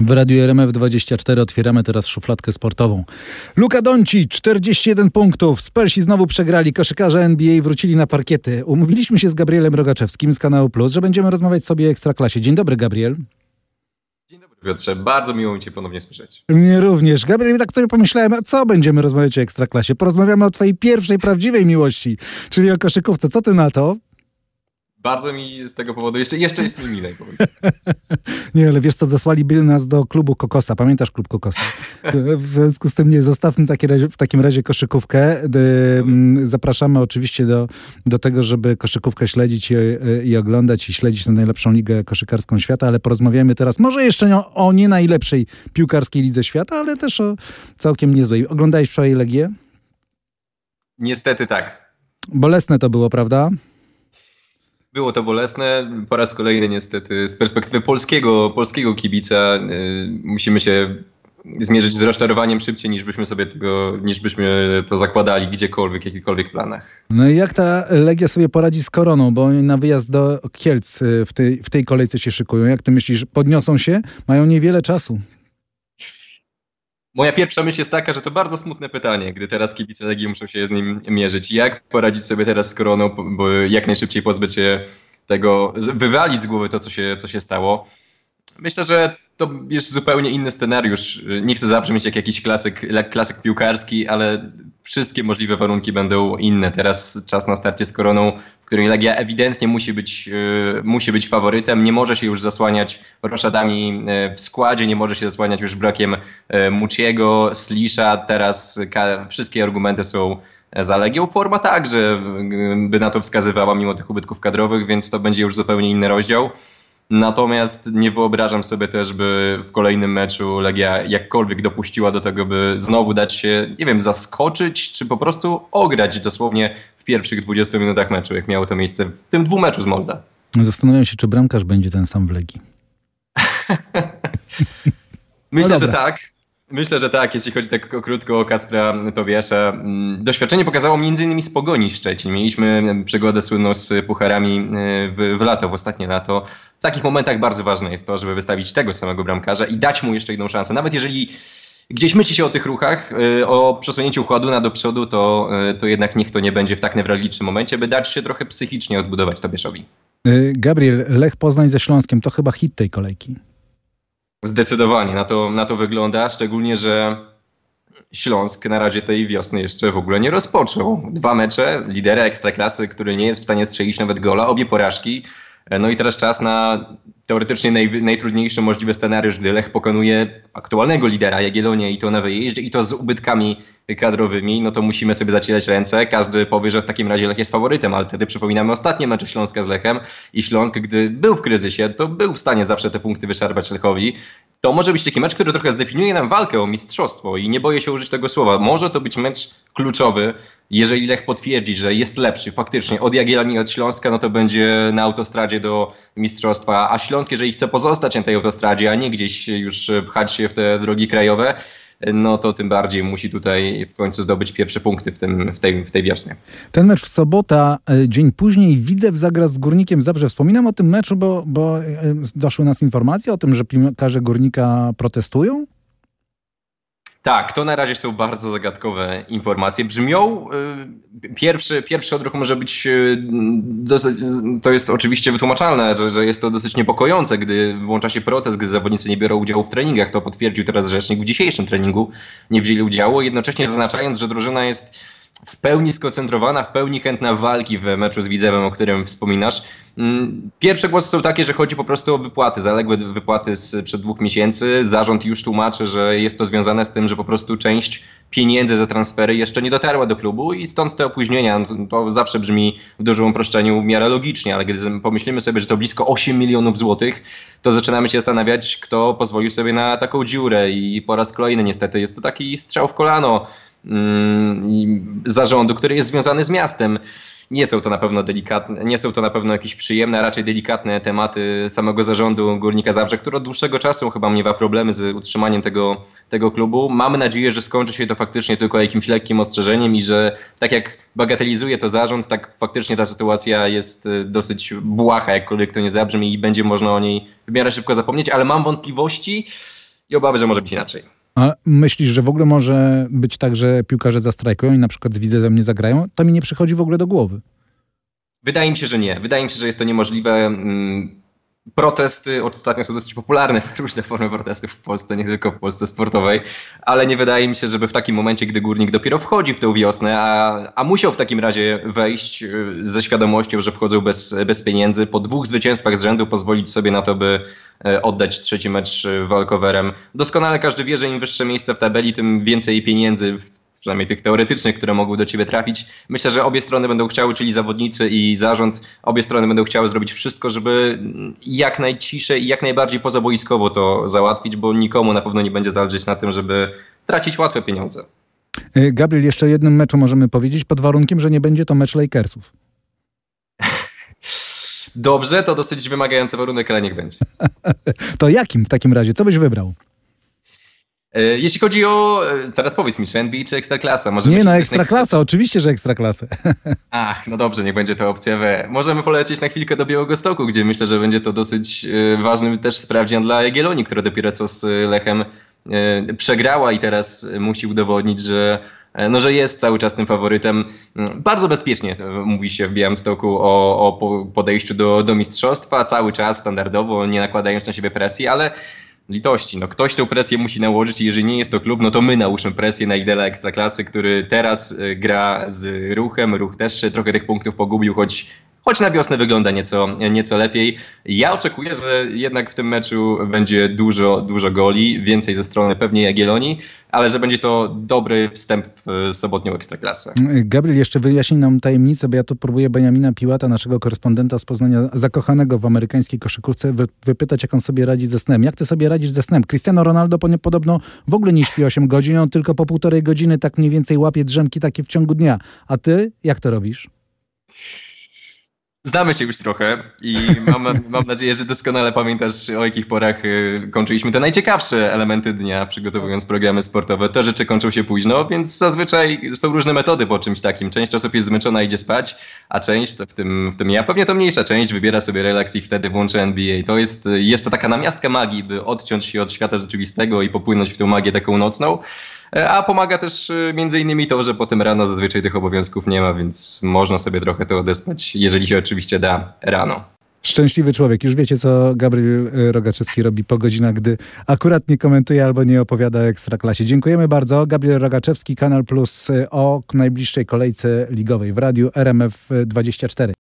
W Radiu RMF24 otwieramy teraz szufladkę sportową. Luka Doncic, 41 punktów. Spersi znowu przegrali. Koszykarze NBA wrócili na parkiety. Umówiliśmy się z Gabrielem Rogaczewskim z Kanału Plus, że będziemy rozmawiać sobie o Ekstraklasie. Dzień dobry, Gabriel. Dzień dobry, Piotrze. Bardzo miło mi Cię ponownie słyszeć. Mnie również. Gabriel, tak sobie pomyślałem, a co będziemy rozmawiać o Ekstraklasie? Porozmawiamy o twojej pierwszej prawdziwej miłości, czyli o koszykówce. Co ty na to? Bardzo mi z tego powodu jeszcze jest mi milej. Nie, ale wiesz co, zasłaliby nas do klubu Kokosa. Pamiętasz klub Kokosa? W związku z tym nie, zostawmy w takim razie koszykówkę. Zapraszamy oczywiście do tego, żeby koszykówkę śledzić i oglądać i śledzić na najlepszą ligę koszykarską świata, ale porozmawiamy teraz może jeszcze o nie najlepszej piłkarskiej lidze świata, ale też o całkiem niezłej. Oglądałeś wczoraj Legię? Niestety tak. Bolesne to było, prawda? Było to bolesne. Po raz kolejny niestety z perspektywy polskiego kibica musimy się zmierzyć z rozczarowaniem szybciej niż byśmy to zakładali gdziekolwiek, w jakichkolwiek planach. No i jak ta Legia sobie poradzi z Koroną, bo oni na wyjazd do Kielc w tej kolejce się szykują. Jak ty myślisz, podniosą się? Mają niewiele czasu. Moja pierwsza myśl jest taka, że to bardzo smutne pytanie, gdy teraz kibice Legii muszą się z nim mierzyć. Jak poradzić sobie teraz z Koroną, bo jak najszybciej pozbyć się tego, wywalić z głowy to, co się stało. Myślę, że to jest zupełnie inny scenariusz. Nie chcę zabrzmieć jak jakiś klasyk piłkarski, ale wszystkie możliwe warunki będą inne. Teraz czas na starcie z Koroną, w której Legia ewidentnie musi być faworytem. Nie może się już zasłaniać roszadami w składzie, nie może się zasłaniać już brakiem Muciego, Slisza. Teraz wszystkie argumenty są za Legią. Forma także by na to wskazywała mimo tych ubytków kadrowych, więc to będzie już zupełnie inny rozdział. Natomiast nie wyobrażam sobie też, by w kolejnym meczu Legia jakkolwiek dopuściła do tego, by znowu dać się, nie wiem, zaskoczyć, czy po prostu ograć dosłownie w pierwszych 20 minutach meczu, jak miało to miejsce w tym dwumeczu z Molda. Zastanawiam się, czy bramkarz będzie ten sam w Legii. Myślę, że tak. Myślę, że tak, jeśli chodzi tak krótko o Kacpra Tobiasza. Doświadczenie pokazało m.in. z Pogoni Szczecin. Mieliśmy przygodę słynną z pucharami w ostatnie lato. W takich momentach bardzo ważne jest to, żeby wystawić tego samego bramkarza i dać mu jeszcze jedną szansę. Nawet jeżeli gdzieś myśli się o tych ruchach, o przesunięciu Chładuna do przodu, to jednak niech to nie będzie w tak newralgicznym momencie, by dać się trochę psychicznie odbudować Tobiaszowi. Gabriel, Lech Poznań ze Śląskiem to chyba hit tej kolejki. Zdecydowanie na to wygląda, szczególnie, że Śląsk na razie tej wiosny jeszcze w ogóle nie rozpoczął. 2 mecze, lidera Ekstraklasy, który nie jest w stanie strzelić nawet gola, obie porażki. No i teraz czas na teoretycznie najtrudniejszy możliwy scenariusz, gdy Lech pokonuje aktualnego lidera Jagiellonię i to na wyjeździe i to z ubytkami kadrowymi, no to musimy sobie zacierać ręce. Każdy powie, że w takim razie Lech jest faworytem, ale wtedy przypominamy ostatnie mecze Śląska z Lechem i Śląsk, gdy był w kryzysie, to był w stanie zawsze te punkty wyszarpać Lechowi. To może być taki mecz, który trochę zdefiniuje nam walkę o mistrzostwo i nie boję się użyć tego słowa. Może to być mecz kluczowy. Jeżeli Lech potwierdzi, że jest lepszy faktycznie od Jagiellonii i od Śląska, no to będzie na autostradzie do mistrzostwa. A Śląsk, jeżeli chce pozostać na tej autostradzie, a nie gdzieś już pchać się w te drogi krajowe, no to tym bardziej musi tutaj w końcu zdobyć pierwsze punkty w tej wiośnie. Ten mecz w sobota, dzień później Widzew zagra z Górnikiem Zabrze. Wspominam o tym meczu, bo doszły nas informacje o tym, że piłkarze Górnika protestują? Tak, to na razie są bardzo zagadkowe informacje. Brzmią, pierwszy odruch może być, to jest oczywiście wytłumaczalne, że jest to dosyć niepokojące, gdy włącza się protest, gdy zawodnicy nie biorą udziału w treningach. To potwierdził teraz rzecznik w dzisiejszym treningu. Nie wzięli udziału, jednocześnie zaznaczając, że drużyna jest w pełni skoncentrowana, w pełni chętna walki w meczu z Widzewem, o którym wspominasz. Pierwsze głosy są takie, że chodzi po prostu o wypłaty, zaległe wypłaty sprzed 2 miesięcy. Zarząd już tłumaczy, że jest to związane z tym, że po prostu część pieniędzy za transfery jeszcze nie dotarła do klubu i stąd te opóźnienia. To zawsze brzmi w dużym uproszczeniu w miarę logicznie, ale gdy pomyślimy sobie, że to blisko 8 milionów złotych, to zaczynamy się zastanawiać, kto pozwolił sobie na taką dziurę i po raz kolejny niestety jest to taki strzał w kolano zarządu, który jest związany z miastem. Nie są to na pewno jakieś przyjemne, a raczej delikatne tematy samego zarządu Górnika Zabrze, który od dłuższego czasu chyba miewa problemy z utrzymaniem tego klubu. Mamy nadzieję, że skończy się to faktycznie tylko jakimś lekkim ostrzeżeniem i że tak jak bagatelizuje to zarząd, tak faktycznie ta sytuacja jest dosyć błaha, jakkolwiek to nie zabrzmi i będzie można o niej w miarę szybko zapomnieć, ale mam wątpliwości, i obawy, że może być inaczej. A myślisz, że w ogóle może być tak, że piłkarze zastrajkują i na przykład z Widzewem nie zagrają? To mi nie przychodzi w ogóle do głowy. Wydaje mi się, że nie. Wydaje mi się, że jest to niemożliwe. Protesty ostatnio są dosyć popularne, różne formy protestów w Polsce, nie tylko w Polsce sportowej, ale nie wydaje mi się, żeby w takim momencie, gdy Górnik dopiero wchodzi w tę wiosnę, a musiał w takim razie wejść ze świadomością, że wchodzą bez pieniędzy, po 2 zwycięstwach z rzędu pozwolić sobie na to, by oddać 3. mecz walkowerem. Doskonale każdy wie, że im wyższe miejsce w tabeli, tym więcej pieniędzy, przynajmniej tych teoretycznych, które mogą do ciebie trafić. Myślę, że obie strony będą chciały, czyli zawodnicy i zarząd, obie strony będą chciały zrobić wszystko, żeby jak najciszej i jak najbardziej pozaboiskowo to załatwić, bo nikomu na pewno nie będzie zależeć na tym, żeby tracić łatwe pieniądze. Gabriel, jeszcze o jednym meczu możemy powiedzieć, pod warunkiem, że nie będzie to mecz Lakersów. Dobrze, to dosyć wymagający warunek, ale niech będzie. To jakim w takim razie? Co byś wybrał? Jeśli chodzi o... Teraz powiedz mi, czy NBA czy Ekstraklasa? Nie, no Ekstraklasa, oczywiście, że Ekstraklasę. Ach, no dobrze, niech będzie to opcja B. Możemy polecieć na chwilkę do Białegostoku, gdzie myślę, że będzie to dosyć ważny też sprawdzian dla Jagiellonii, która dopiero co z Lechem przegrała i teraz musi udowodnić, że jest cały czas tym faworytem. Bardzo bezpiecznie mówi się w Białymstoku o podejściu do mistrzostwa, cały czas standardowo, nie nakładając na siebie presji, ale litości. Ktoś tę presję musi nałożyć i jeżeli nie jest to klub, to my nałóżmy presję na Idela Ekstraklasy, który teraz gra z Ruchem. Ruch też trochę tych punktów pogubił, choć na wiosnę wygląda nieco lepiej. Ja oczekuję, że jednak w tym meczu będzie dużo goli, więcej ze strony pewnie Jagiellonii, ale że będzie to dobry wstęp w sobotnią Ekstraklasę. Gabriel, jeszcze wyjaśnij nam tajemnicę, bo ja tu próbuję Benjamina Piłata, naszego korespondenta z Poznania, zakochanego w amerykańskiej koszykówce, wypytać, jak on sobie radzi ze snem. Jak ty sobie radzisz ze snem? Cristiano Ronaldo podobno w ogóle nie śpi 8 godzin, on tylko po 1,5 godziny tak mniej więcej łapie drzemki takie w ciągu dnia. A ty jak to robisz? Znamy się już trochę i mam nadzieję, że doskonale pamiętasz, o jakich porach kończyliśmy te najciekawsze elementy dnia, przygotowując programy sportowe. Te rzeczy kończą się późno, więc zazwyczaj są różne metody po czymś takim. Część osób jest zmęczona i idzie spać, a część, w tym ja, pewnie to mniejsza część, wybiera sobie relaks i wtedy włączy NBA. To jest jeszcze taka namiastka magii, by odciąć się od świata rzeczywistego i popłynąć w tę magię taką nocną. A pomaga też między innymi to, że potem rano zazwyczaj tych obowiązków nie ma, więc można sobie trochę to odespać, jeżeli się oczywiście da rano. Szczęśliwy człowiek. Już wiecie, co Gabriel Rogaczewski robi po godzinach, gdy akurat nie komentuje albo nie opowiada o Ekstraklasie. Dziękujemy bardzo. Gabriel Rogaczewski, Kanal Plus o najbliższej kolejce ligowej w radiu RMF24.